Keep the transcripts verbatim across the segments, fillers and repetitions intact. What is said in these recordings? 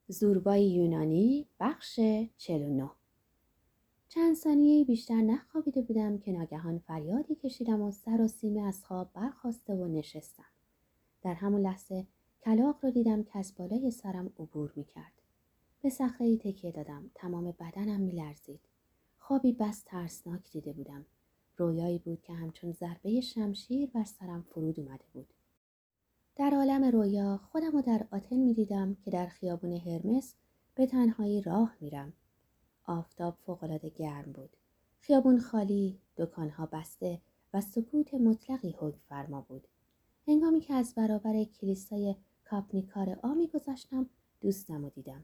زوربای یونانی بخش چهل و نه. چند ثانیه بیشتر نخوابیده بودم که ناگهان فریادی کشیدم و سراسیمه از خواب برخاسته و نشستم. در همون لحظه کلاغ رو دیدم که از بالای سرم عبور میکرد. به صخره‌ای تکیه دادم. تمام بدنم میلرزید. خوابی بس ترسناک دیده بودم. رویایی بود که همچون ضربه شمشیر بر سرم فرود اومده بود. در عالم رویا خودم رو در آتن می دیدم که در خیابون هرمس به تنهایی راه میرم. آفتاب فوق‌العاده گرم بود. خیابون خالی، دکانها بسته و سکوت مطلقی حکم فرما بود. هنگامی که از برابر کلیسای کاپنیکار آ می گذشتم دوستم رو دیدم.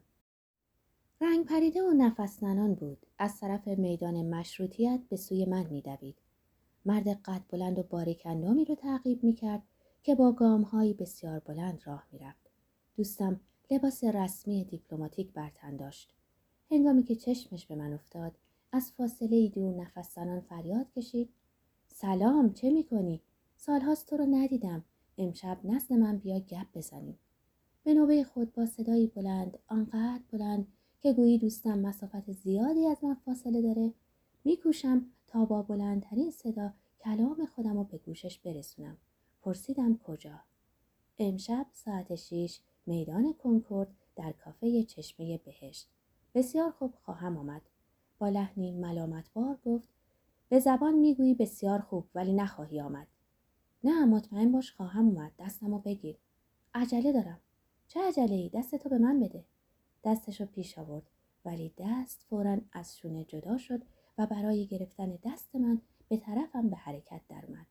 رنگ پریده و نفس ننان بود. از طرف میدان مشروطیت به سوی من می دوید. مرد قد بلند و باریک اندامی رو تعقیب می کرد که با گام‌هایی بسیار بلند راه می‌رفت. دوستم لباس رسمی دیپلماتیک بر تن داشت. هنگامی که چشمش به من افتاد، از فاصله دور نفس زنان فریاد کشید: سلام، چه می‌کنی؟ سال‌هاست تو رو ندیدم. امشب نزد من بیا گپ بزنیم. به نوبه خود با صدایی بلند، آنقدر بلند که گویی دوستم مسافت زیادی از من فاصله داره، می‌کوشم تا با بلندترین صدا کلام خودم رو به گوشش برسونم. پرسیدم کجا؟ امشب ساعت شیش میدان کنکورد در کافه چشمه بهشت. بسیار خوب، خواهم آمد. با لحنی ملامتبار گفت: به زبان میگویی بسیار خوب ولی نخواهی آمد. نه، مطمئن باش خواهم اومد. دستمو بگیر. عجله دارم. چه عجله‌ای؟ دستتو به من بده. دستشو پیش آورد ولی دست فوراً از شونه جدا شد و برای گرفتن دست من به طرفم به حرکت درآمد.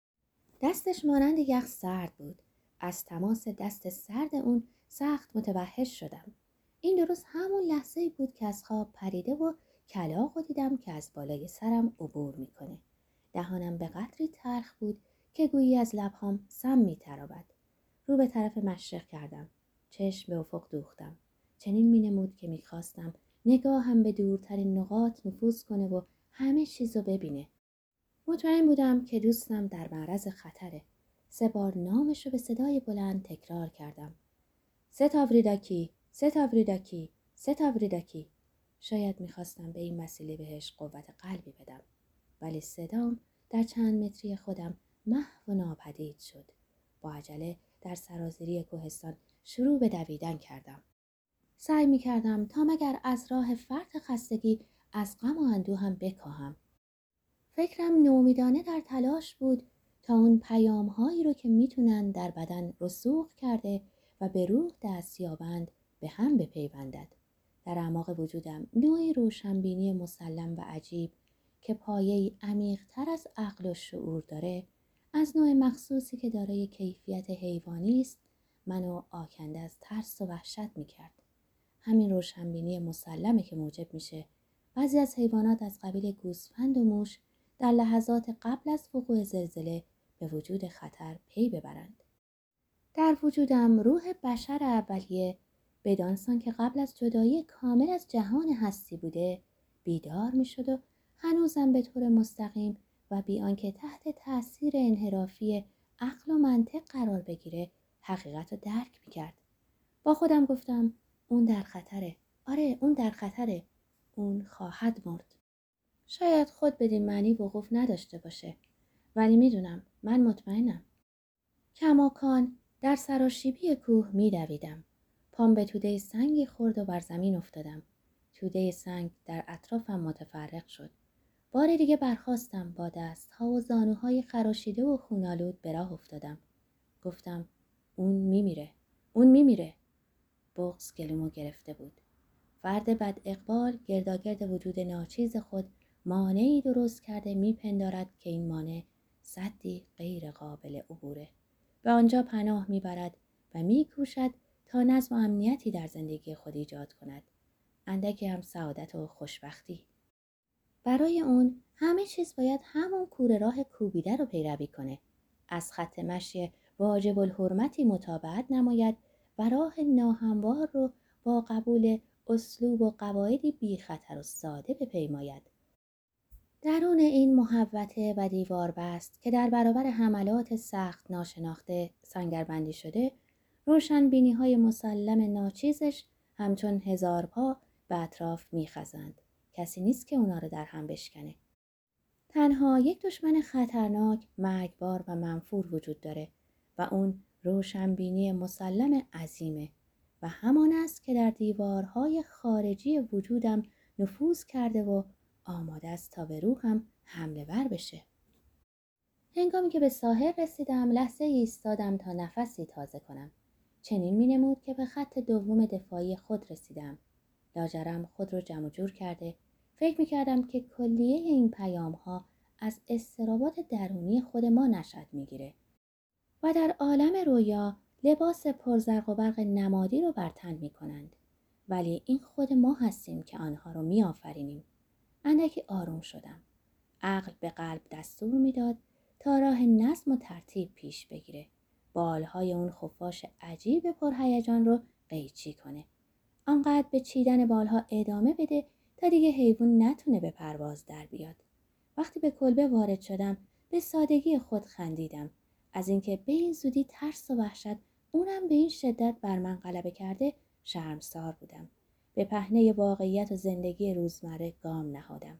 دستش مانند یخ سرد بود. از تماس دست سرد اون سخت متوحش شدم. این درست همون لحظه‌ای بود که از خواب پریده و کلاغ رو دیدم که از بالای سرم عبور میکنه. دهانم به قدری تلخ بود که گویی از لبهام سم میتراود. رو به طرف مشرق کردم. چشم به افق دوختم. چنین مینمود که میخواستم نگاهم به دورترین نقاط نفوذ کنه و همه چیزو ببینه. مطمئن بودم که دوستم در معرض خطره. سه بار نامش رو به صدای بلند تکرار کردم. ستاوریداکی، ستاوریداکی، ستاوریداکی. شاید میخواستم به این وسیله بهش قوت قلبی بدم. ولی صدام در چند متری خودم محو و ناپدید شد. با عجله در سرازیری کوهستان شروع به دویدن کردم. سعی میکردم تا مگر از راه فرط خستگی از غم و اندوهم بکاهم. فکرم نومیدانه در تلاش بود تا اون پیام هایی رو که میتونن در بدن رسوخ کرده و به روح دست یابند به هم بپیوندد. در اعماق وجودم نوعی روشنبینی مسلم و عجیب که پایه‌ای عمیق‌تر از عقل و شعور داره، از نوع مخصوصی که دارای کیفیت حیوانی است، منو آکنده از ترس و وحشت میکرد. همین روشنبینی مسلمه که موجب میشه بعضی از حیوانات از قبیل گوسفند و موش در لحظات قبل از وقوع زلزله به وجود خطر پی ببرند. در وجودم روح بشر اولیه بدانسان که قبل از جدایی کامل از جهان هستی بوده بیدار می شد و هنوزم به طور مستقیم و بی آنکه تحت تأثیر انحرافی عقل و منطق قرار بگیره حقیقت رو درک می کرد. با خودم گفتم اون در خطره. آره، اون در خطره. اون خواهد مرد. شاید خود بدین معنی وقوف نداشته باشه، ولی میدونم، من مطمئنم. کماکان در سراشیبی کوه میدویدم. پام به توده سنگی خورد و بر زمین افتادم. توده سنگ در اطرافم متفرق شد. بار دیگه برخاستم. با دستها و زانوهای خراشیده و خونالود به راه افتادم. گفتم اون میمیره. اون میمیره. بغض گلومو گرفته بود. فرد بد اقبال گرداگرد وجود ناچیز خود مانعی درست کرده میپندارد که این مانع سدی غیر قابل عبوره. به آنجا پناه میبرد و میکوشد تا نظم و امنیتی در زندگی خود ایجاد کند. اندکی هم سعادت و خوشبختی. برای اون همه چیز باید همون کوره راه کوبیده رو پیروی کنه. از خط مشی واجب الحرمتی متابعت نماید و راه ناهموار رو با قبول اسلوب و قواعدی بی خطر و ساده بپیماید. درون این محوطه و دیوار بست که در برابر حملات سخت ناشناخته سنگربندی شده، روشنبینی های مسلم ناچیزش همچون هزار پا به اطراف میخزند. کسی نیست که اونا رو در هم بشکنه. تنها یک دشمن خطرناک، مرگبار و منفور وجود داره و اون روشنبینی مسلم عظیمه و همان است که در دیوارهای خارجی وجودم نفوذ کرده و آماده است تا به روحم حمله ور بشه. هنگامی که به ساحل رسیدم لحظه ایستادم تا نفسی تازه کنم. چنین می نمود که به خط دوم دفاعی خود رسیدم. لاجرم خود رو جمع جور کرده فکر می کردم که کلیه این پیام ها از اضطرابات درونی خود ما نشأت می گیره و در عالم رویا لباس پرزرق و برق نمادی رو بر تن می کنند. ولی این خود ما هستیم که آنها رو می آفرینیم. اندکی آروم شدم. عقل به قلب دستور می داد تا راه نظم و ترتیب پیش بگیره. بالهای اون خفاش عجیب پرهیجان رو قیچی کنه. آنقدر به چیدن بالها ادامه بده تا دیگه حیوان نتونه به پرواز در بیاد. وقتی به کلبه وارد شدم به سادگی خود خندیدم. از اینکه به این زودی ترس و وحشت اونم به این شدت بر من غلبه کرده شرمسار بودم. به پهنه واقعیت و زندگی روزمره گام نهادم.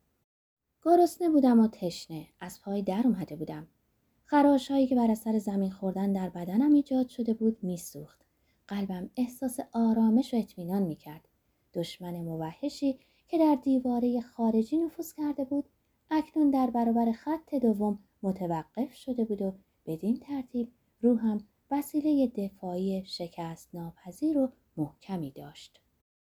گرسنه بودم و تشنه، از پای در اومده بودم. خراش‌هایی که بر اثر زمین خوردن در بدنم ایجاد شده بود میسوخت. قلبم احساس آرامش و اطمینان میکرد. دشمن موحشی که در دیواره خارجی نفوذ کرده بود، اکنون در برابر خط دوم متوقف شده بود و بدین ترتیب روحم وسیله دفاعی شکست ناپذیر و محکمی داشت.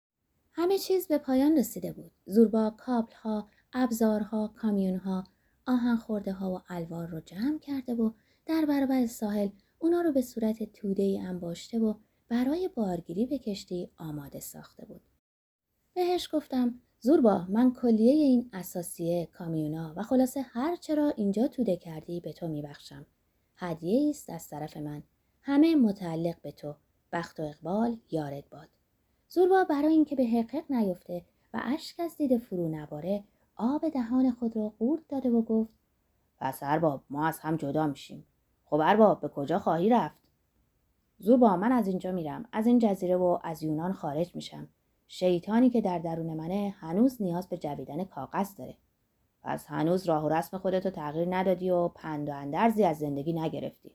همه چیز به پایان رسیده بود. زوربا کابل‌ها، ابزارها، کامیون‌ها، آهن خورده ها و الوار رو جمع کرده و در برابر ساحل اونا رو به صورت توده‌ای انباشته و برای بارگیری به کشتی آماده ساخته بود. بهش گفتم زوربا من کلیه این اساسیه کامیونا و خلاصه هر چرا اینجا توده کردی به تو میبخشم. هدیه است از طرف من. همه متعلق به تو. بخت و اقبال یارت باد. زوربا برای اینکه به حقیق نیفته و اشک از دیده فرو نباره آب دهان خود را قورت داده و گفت پس ارباب ما از هم جدا میشیم. خب ارباب به کجا خواهی رفت؟ زوربا من از اینجا میرم. از این جزیره و از یونان خارج میشم. شیطانی که در درون منه هنوز نیاز به جویدن کاغذ داره. پس هنوز راه و رسم خودتو تغییر ندادی و پند و اندرزی از زندگی نگرفتی.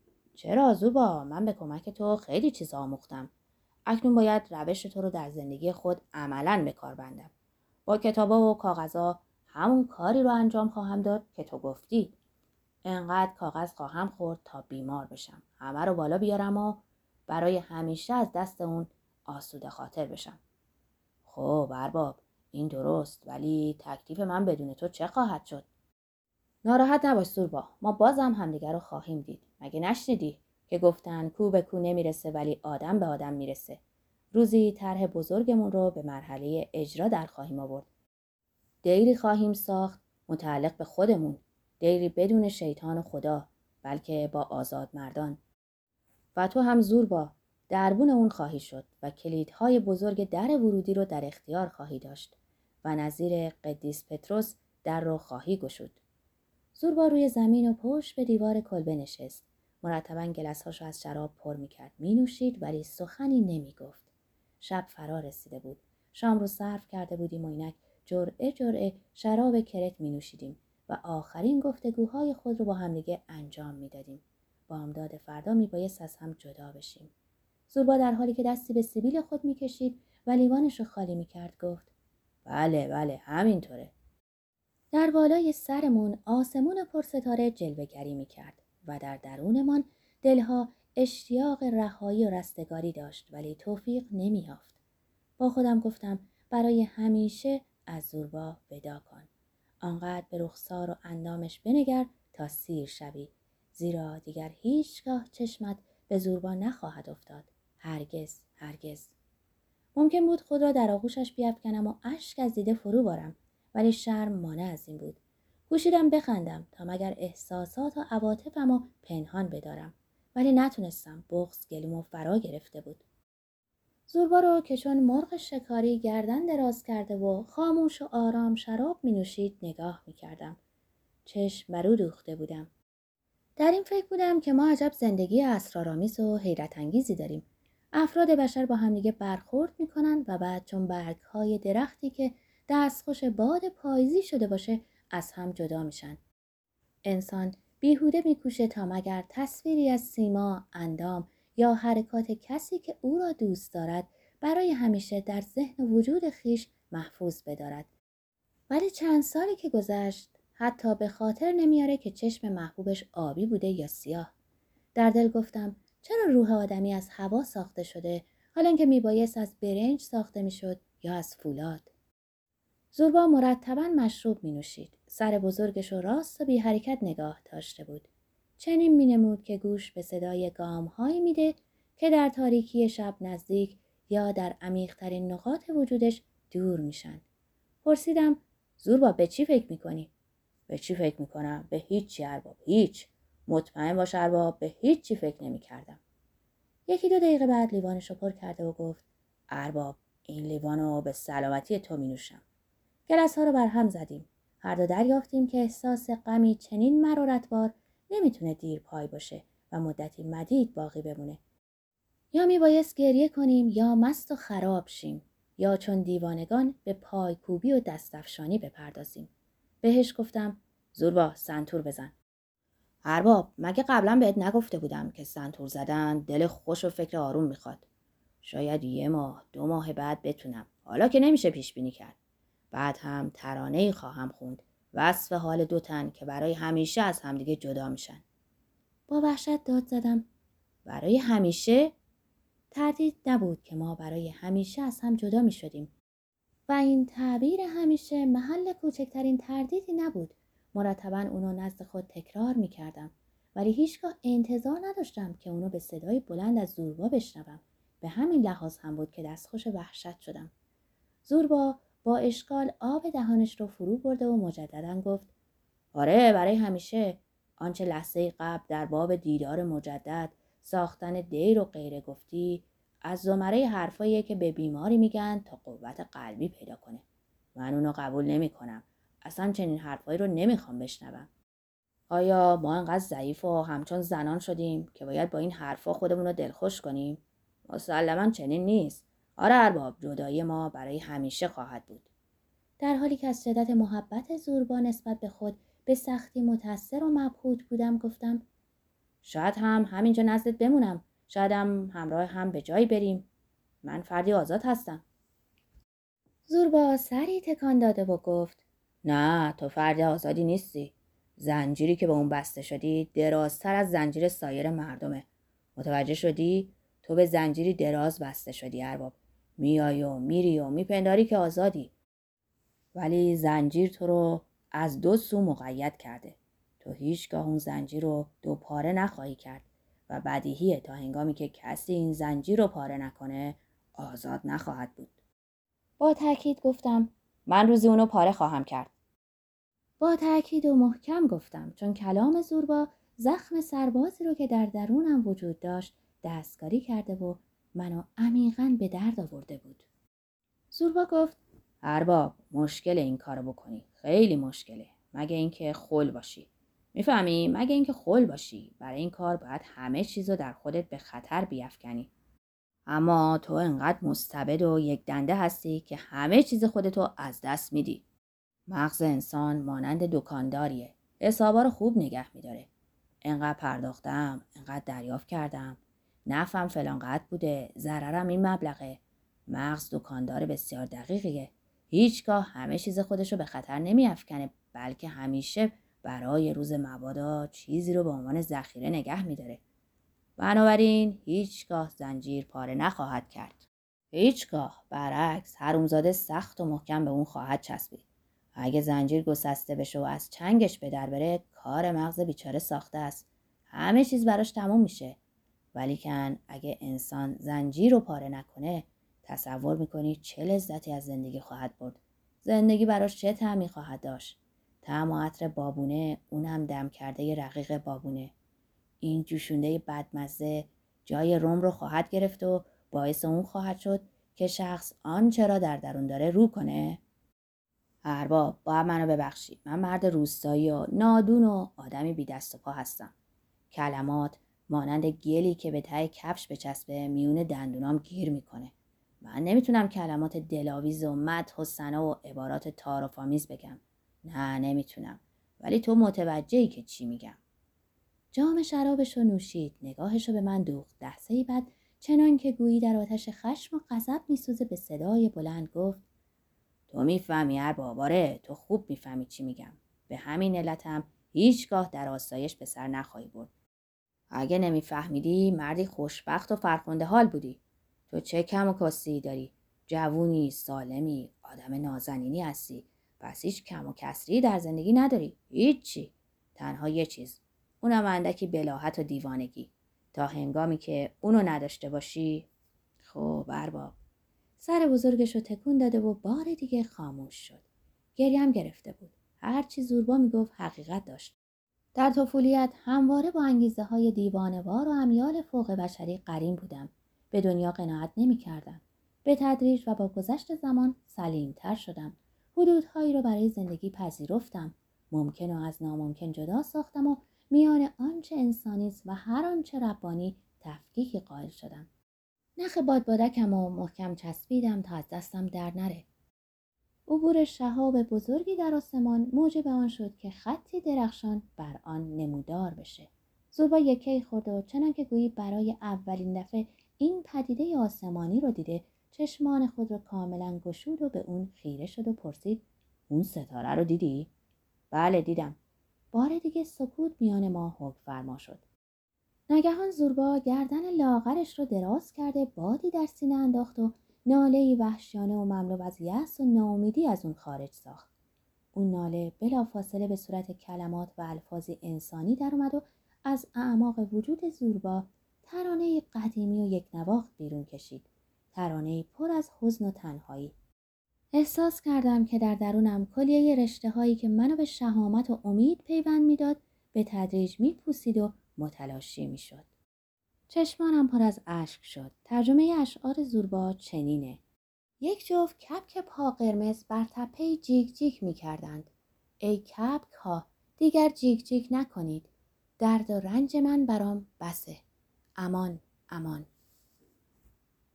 چرا زوربا من به کمک تو خیلی چیز آموختم. اکنون باید روش تو رو در زندگی خود عملاً به کار بندم. با کتابا و کاغذا همون کاری رو انجام خواهم داد که تو گفتی. انقدر کاغذ خواهم خورد تا بیمار بشم. همه رو بالا بیارم و برای همیشه از دست اون آسوده خاطر بشم. خب ارباب این درست، ولی تکلیف من بدون تو چه خواهد شد؟ ناراحت نباش زوربا، ما بازم همدیگر رو خواهیم دید. مگه نشنیدی که گفتن کو به کو نمیرسه ولی آدم به آدم میرسه. روزی طرح بزرگمون رو به مرحله اجرا در خواهیم آورد. دیری خواهیم ساخت متعلق به خودمون، دیری بدون شیطان و خدا، بلکه با آزاد مردان. و تو هم زوربا دربون اون خواهی شد و کلیدهای بزرگ در ورودی رو در اختیار خواهی داشت و نظیر قدیس پتروس در رو خواهی گشود. زوربا روی زمین و پشت به دیوار کلبه نشست. مرتباً گلس‌هاشو از شراب پر می‌کرد. می‌نوشید ولی سخنی نمی‌گفت. شب فرا رسیده بود. شام رو صرف کرده بودیم و اینک جرعه جرعه شراب کرت می‌نوشیدیم و آخرین گفتگوهای خود رو با همدیگه انجام می‌دادیم. بامداد فردا میبایست از هم جدا بشیم. زوربا در حالی که دستی به سیبیل خود می‌کشید و لیوانش رو خالی می‌کرد گفت بله بله همینطوره. در بالای سرمون آسمون پرستاره جلوه‌گری می‌کرد و در درونمان دلها اشتیاق رهایی و رستگاری داشت ولی توفیق نمی‌یافت. با خودم گفتم برای همیشه از زوربا ودا کن. آنقدر به رخسار و اندامش بنگر تا سیر شوی، زیرا دیگر هیچگاه چشمت به زوربا نخواهد افتاد. هرگز هرگز. ممکن بود خود را در آغوشش بیفکنم و اشک از دیده فرو بارم، ولی شرم مانع از این بود. کوشیدم بخندم تا مگر احساسات و عواطفم را پنهان بدارم، ولی نتونستم. بغض گلومو فرا گرفته بود. زوربا رو که چون مرغ شکاری گردن دراز کرده و خاموش و آرام شراب می نوشید نگاه می کردم. چشم بر او دوخته بودم. در این فکر بودم که ما عجب زندگی اسرارآمیز و حیرت انگیزی داریم. افراد بشر با همدیگه برخورد میکنن و بعد چون برگهای درختی که دستخوش باد پاییزی شده باشه از هم جدا میشن. انسان بیهوده میکوشه تا مگر تصویری از سیما، اندام یا حرکات کسی که او را دوست دارد برای همیشه در ذهن و وجود خیش محفوظ بدارد. ولی چند سالی که گذشت حتی به خاطر نمیاره که چشم محبوبش آبی بوده یا سیاه. در دل گفتم چرا روح آدمی از هوا ساخته شده حالا که میبایست از برنج ساخته میشد یا از فولاد. زوربا مرتباً مشروب می نوشید. سر بزرگش و راست و بی حرکت نگاه داشته بود. چنین می نمود که گوش به صدای گام هایی می ده که در تاریکی شب نزدیک یا در عمیق‌ترین نقاط وجودش دور میشن. پرسیدم زوربا به چی فکر می کنی؟ به چی فکر می کنم؟ به هیچی ارباب، هیچ. مطمئن باش ارباب، به هیچی فکر نمی کردم. یکی دو دقیقه بعد لیوانش رو پر کرده و گفت ارباب این لیوانو به سلامتی تو می نوشم. گلس ها رو بر هم زدیم. هر دو دریافتیم که احساس غمی چنین مرارتبار نمیتونه دیر پای باشه و مدتی مدید باقی بمونه. یا میبایست گریه کنیم یا مست و خراب شیم یا چون دیوانگان به پای کوبی و دستفشانی بپردازیم. بهش گفتم زوربا سنتور بزن. ارباب مگه قبلا بهت نگفته بودم که سنتور زدن دل خوش و فکر آروم میخواد. شاید یه ماه دو ماه بعد بتونم، حالا که نمیشه پیش بینی کرد. بعد هم ترانه‌ای خواهم خوند، وصف حال دو تن که برای همیشه از همدیگه جدا میشن. با وحشت داد زدم برای همیشه؟ تردید نبود که ما برای همیشه از هم جدا میشدیم و این تعبیر همیشه محل کوچکترین تردیدی نبود. مرتباً اونو نزد خود تکرار میکردم ولی هیچگاه انتظار نداشتم که اونو به صدای بلند از زوربا بشنوم. به همین لحاظ هم بود که دستخوش وحشت شدم. زوربا با اشکال آب دهانش رو فرو برده و مجدداً گفت آره برای همیشه. آنچه لحظه قبل در باب دیدار مجدد، ساختن دیر و غیره گفتی از زمره حرفاییه که به بیماری میگن تا قوت قلبی پیدا کنه. من اونو قبول نمی کنم. اصلا چنین حرفایی رو نمیخوام بشنوم. آیا ما انقدر ضعیف و همچون زنان شدیم که باید با این حرفا خودمون رو دلخوش کنیم؟ مسلماً چنین نیست. آره ارباب جدایی ما برای همیشه خواهد بود. در حالی که از شدت محبت زوربا نسبت به خود به سختی متأثر و مبهوت بودم گفتم شاید هم همینجا نزدت بمونم. شاید هم همراه هم به جایی بریم. من فردی آزاد هستم. زوربا سری تکان داده و گفت نه تو فرد آزادی نیستی. زنجیری که به اون بسته شدی درازتر از زنجیر سایر مردمه. متوجه شدی؟ تو به زنجیری دراز بسته شدی ارباب. میای و میری و میپنداری که آزادی. ولی زنجیر تو رو از دو سو مقید کرده. تو هیچگاه اون زنجیر رو دو پاره نخواهی کرد و بدیهیه تا هنگامی که کسی این زنجیر رو پاره نکنه آزاد نخواهد بود. با تأکید گفتم من روزی اونو پاره خواهم کرد. با تأکید و محکم گفتم چون کلام زوربا زخم سربازی رو که در درونم وجود داشت دستکاری کرده و منو عمیقاً به درد آورده بود. زوربا گفت ارباب مشکل این کارو بکنی. خیلی مشکله. مگه اینکه خل باشی. میفهمی؟ مگه اینکه خل باشی. برای این کار باید همه چیزو در خودت به خطر بیفکنی. اما تو انقدر مستبد و یک دنده هستی که همه چیز خودتو از دست میدی. مغز انسان مانند دکانداریه. حسابا رو خوب نگه میداره. انقدر پرداختم، انقدر دریافت کردم. نفعم فلان قدر بوده، ضررم این مبلغه. مغز دکاندار بسیار دقیقیه. هیچگاه همه چیز خودشو به خطر نمیافکنه بلکه همیشه برای روز مبادا چیزی رو به عنوان ذخیره نگه میداره. بنابراین هیچگاه زنجیر پاره نخواهد کرد. هیچگاه. برعکس حرومزاده سخت و محکم به اون خواهد چسبید. اگه زنجیر گسسته بشه و از چنگش به در بره کار مغز بیچاره ساخته است. همه چیز براش تموم میشه. ولیکن اگه انسان زنجیر رو پاره نکنه تصور میکنی چه لذتی از زندگی خواهد برد. زندگی براش چه طعمی خواهد داشت. طعم و عطر بابونه، اونم دم کرده رقیق بابونه. این جوشونده بدمزه جای روم رو خواهد گرفت و باعث اون خواهد شد که شخص آنچه را در درون داره رو کنه. ارباب باید منو ببخشی. من مرد روستایی و نادون و آدمی بی دست و پا هستم. کلمات مانند گلی که به ته کفش بچسبه میون دندونام گیر میکنه. من نمیتونم کلمات دلاویز و مدح و ثنا و عبارات تعارف‌آمیز بگم. نه نمیتونم. ولی تو متوجهی که چی میگم. جام شرابش رو نوشید، نگاهش رو به من دوخت. لحظه‌ای بعد چنان که گویی در آتش خشم و غضب میسوزه به صدای بلند گفت: تو میفهمی ارباب، آره تو خوب میفهمی چی میگم. به همین علتم هیچگاه در آسایش به سر نخواهی برد. اگه نمیفهمیدی مردی خوشبخت و فرخنده حال بودی. تو چه کم و کاستی داری؟ جوونی، سالمی، آدم نازنینی هستی. پس هیچ کم و کسری در زندگی نداری. هیچی. تنها یه چیز. اونم اندکی بلاهت و دیوانگی. تا هنگامی که اونو نداشته باشی. خب ارباب. سر بزرگش رو تکون داده و بار دیگه خاموش شد. گریم گرفته بود. هرچی زوربا میگفت حقیقت داشت. در طفولیت همواره با انگیزه های دیوانه‌وار و امیال فوق بشری قرین بودم. به دنیا قناعت نمی کردم. به تدریج و با گذشت زمان سلیمتر شدم. حدودهایی را برای زندگی پذیرفتم. ممکن و از ناممکن جدا ساختم و میان آنچه انسانی است و هر آنچه ربانی تفکیکی قائل شدم. نخ بادبادکم و محکم چسبیدم تا از دستم در نره. عبور شهاب بزرگی در آسمان موجب آن شد که خطی درخشان بر آن نمودار بشه. زوربا یکی خورد و چنان که گویی برای اولین دفعه این پدیده آسمانی رو دیده، چشمان خود رو کاملا گشود و به اون خیره شد و پرسید: اون ستاره رو دیدی؟ بله دیدم. بار دیگه سکوت میان ما حکم فرما شد. ناگهان زوربا گردن لاغرش رو دراز کرده بادی در سینه انداخت و ناله‌ای وحشیانه و مملو از یأس و ناامیدی از اون خارج ساخت. اون ناله بلافاصله به صورت کلمات و الفاظی انسانی در اومد و از اعماق وجود زوربا ترانه‌ای قدیمی و یک نواخت بیرون کشید. ترانه‌ای پر از حزن و تنهایی. احساس کردم که در درونم کلیه رشته‌هایی که منو به شهامت و امید پیوند میداد به تدریج میپوسید و متلاشی میشد. چشمانم پر از اشک شد. ترجمه اشعار زوربا چنینه: یک جفت کبک پا قرمز بر تپه جیک جیک می کردند. ای کبک ها، دیگر جیک جیک نکنید. درد و رنج من برام بسه. امان، امان.